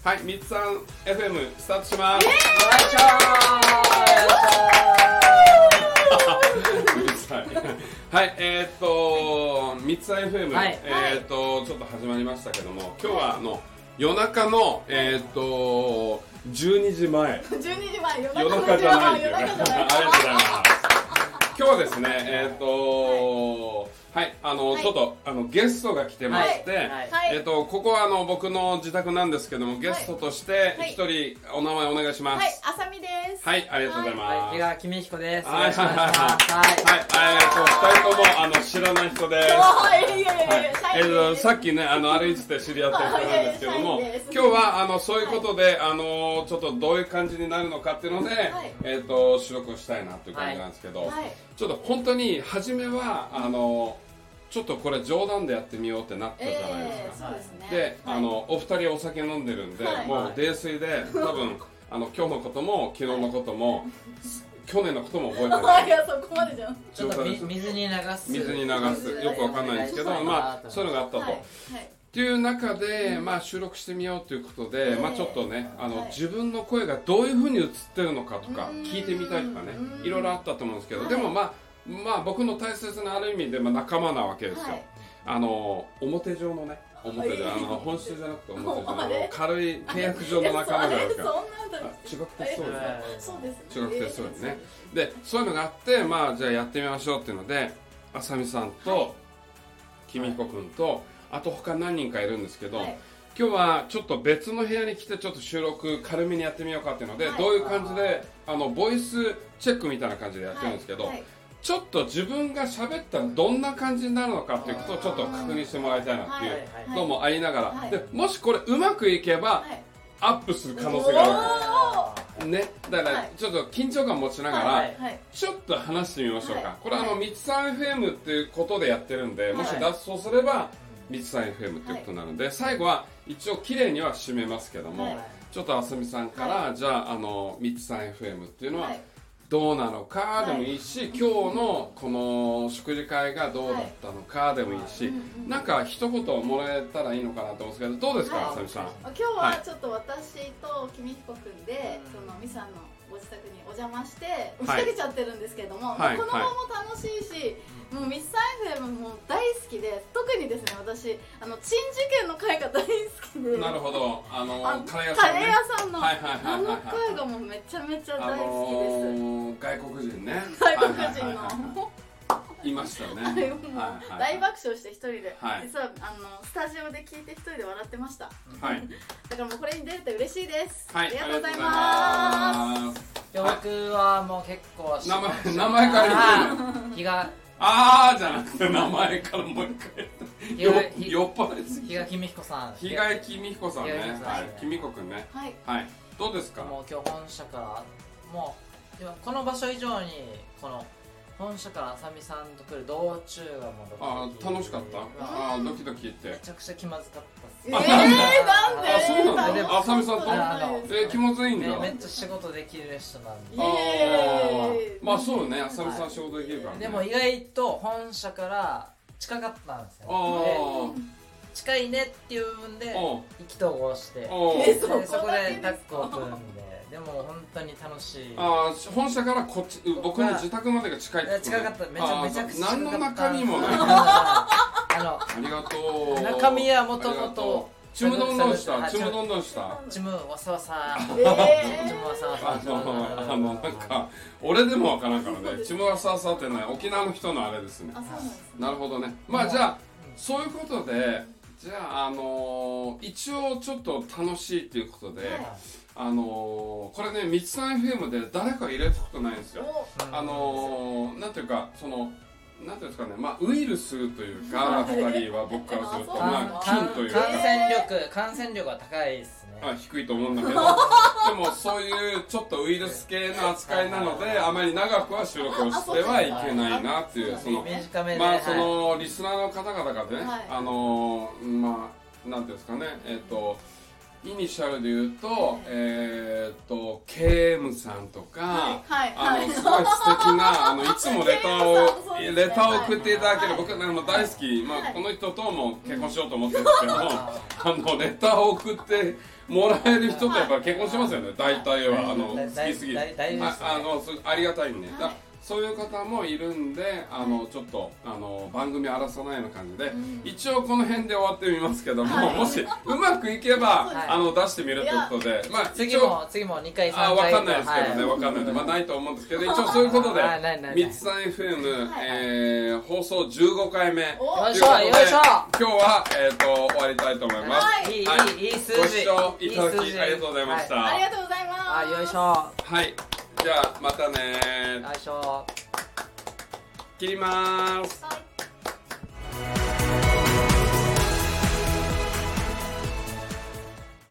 はい、みつさん FM スタートします。はい、みつさん FM、 はい、 ちょっと始まりましたけども、今日は夜中の12時前。 12時前、 夜中じゃないっていうか、ありがとうございます。今日はですね、はい、ちょっとゲストが来てまして、ここは僕の自宅なんですけども、ゲストとして一人お名前お願いします。 はい、あさみです。 はい、ありがとうございます。 比嘉公彦です。 はい、2人とも知らない人です。さっきね、歩いてて知り合った人なんですけども、今日はそういうことで、ちょっとどういう感じになるのかっていうので、収録をしたいなという感じなんですけど、ちょっと本当に初めはちょっとこれ冗談でやってみようってなったじゃないですか。で、お二人お酒飲んでるんで、もう泥酔で多分今日のことも昨日のことも去年のことも覚えてない。 いや、そこまでじゃん。 ちょっと水に流す。 水に流す。よくわかんないんですけど、まあそういうのがあったと。っていう中で、まあ収録してみようということで、まあちょっとね、自分の声がどういう風に映ってるのかとか聞いてみたいとかね、いろいろあったと思うんですけど、でもまあ僕の大切なある意味で仲間なわけですよ。表上のね、表上本質じゃなくて表上の軽い契約上の仲間じゃないですか。違くてそうです。違くてそうですね。で、そういうのがあって、まあじゃあやってみましょうっていうので、あさみさんときみひこくんとあと他何人かいるんですけど、今日はちょっと別の部屋に来てちょっと収録軽めにやってみようかっていうので、どういう感じでボイスチェックみたいな感じでやってるんですけど、ちょっと自分が喋ったらどんな感じになるのかっていうことをちょっと確認してもらいたいなっていうのもありながら、でもしこれうまくいけばアップする可能性があるね。だからちょっと緊張感持ちながらちょっと話してみましょうか。これみつさん FM っていうことでやってるんで、もし脱走すればみつさん FM っていうことになるんで、最後は一応綺麗には締めますけども、ちょっとあさみさんからじゃあみつさん FM っていうのはどうなのかでもいいし、今日のこの食事会がどうだったのかでもいいし、なんか一言もらえたらいいのかなと思うんですけど、どうですか、あさみさん。 今日はちょっと私ときみひこくんでみさんのご自宅にお邪魔して押しかけちゃってるんですけども、この場も楽しいし、もうみつさん FM も大好きで、特にですね、私珍事件の回が大好きで。 なるほど、 カレー屋さんの回がもうめちゃめちゃ大好きです。 外国人ね。 外国人のいましたね。 大爆笑して一人で、実はスタジオで聞いて一人で笑ってました。だからもうこれに出れて嬉しいです。ありがとうございます。 僕はもう結構名前から言ってる。 比嘉じゃなくて名前からもう一回酔っ払いすぎ。 比嘉公彦さん。 比嘉公彦さんね。公彦くんね。どうですか。 もう今日本社からもうこの場所以上にこの本社からあさみさんと来る道中がもうドキドキ。 楽しかった。ドキドキって。 めちゃくちゃ気まずかったっす。 なんで。 そうなんだ。あさみさんと気まずいんだ。 めっちゃ仕事できる人なんで。まあそうね、あさみさん仕事できるからね。 でも意外と本社から近かったんですよ。近いねっていう部分で意気投合して、そこでタッグを組んで。でも本当に楽しい。 本社からこっち、僕の自宅までが近いってこと。 近かった。めちゃくちゃ近かった。 何の中身もない。ありがとう。 中身はもともとちむどんどんした。ちむどんどんした。 ちむわさわさ。 ちむわさわさ。なんか俺でもわからんからね。ちむわさわさってね、沖縄の人のあれですね。なるほどね。まあじゃあそういうことで、じゃあ一応ちょっと楽しいっていうことで。これね、みつさん FM で誰か入れたことないんですよ。なんていうか、なんていうんですかね、まあウイルスというか、2人は僕からすると、まあ菌というか。 感染力が高いですね。 低いと思うんだけど、でもそういうちょっとウイルス系の扱いなので、あまり長くは収録をしてはいけないなっていう、まあリスナーの方々がね、まあ、なんていうんですかね、 イニシャルで言うと、KM さんとか、すごい素敵な、いつもレターを送っていただける、僕はも大好き、この人とも結婚しようと思ってるんですけど、レターを送ってもらえる人とやっぱり結婚しますよね、大体は。好きすぎて。ありがたいんで。そういう方もいるんで、ちょっと番組荒らさないような感じで、一応この辺で終わってみますけども、もしうまくいけば出してみるということで、 次も2回3回分かんないですけどね、分かんないので、ないと思うんですけど、一応そういうことでミツさん FM 放送15回目ということで、今日は終わりたいと思います。 いい数字、 ご視聴いただきありがとうございました。 ありがとうございます。 よいしょ。 はい、じゃあまたね。 よいしょ。 切ります。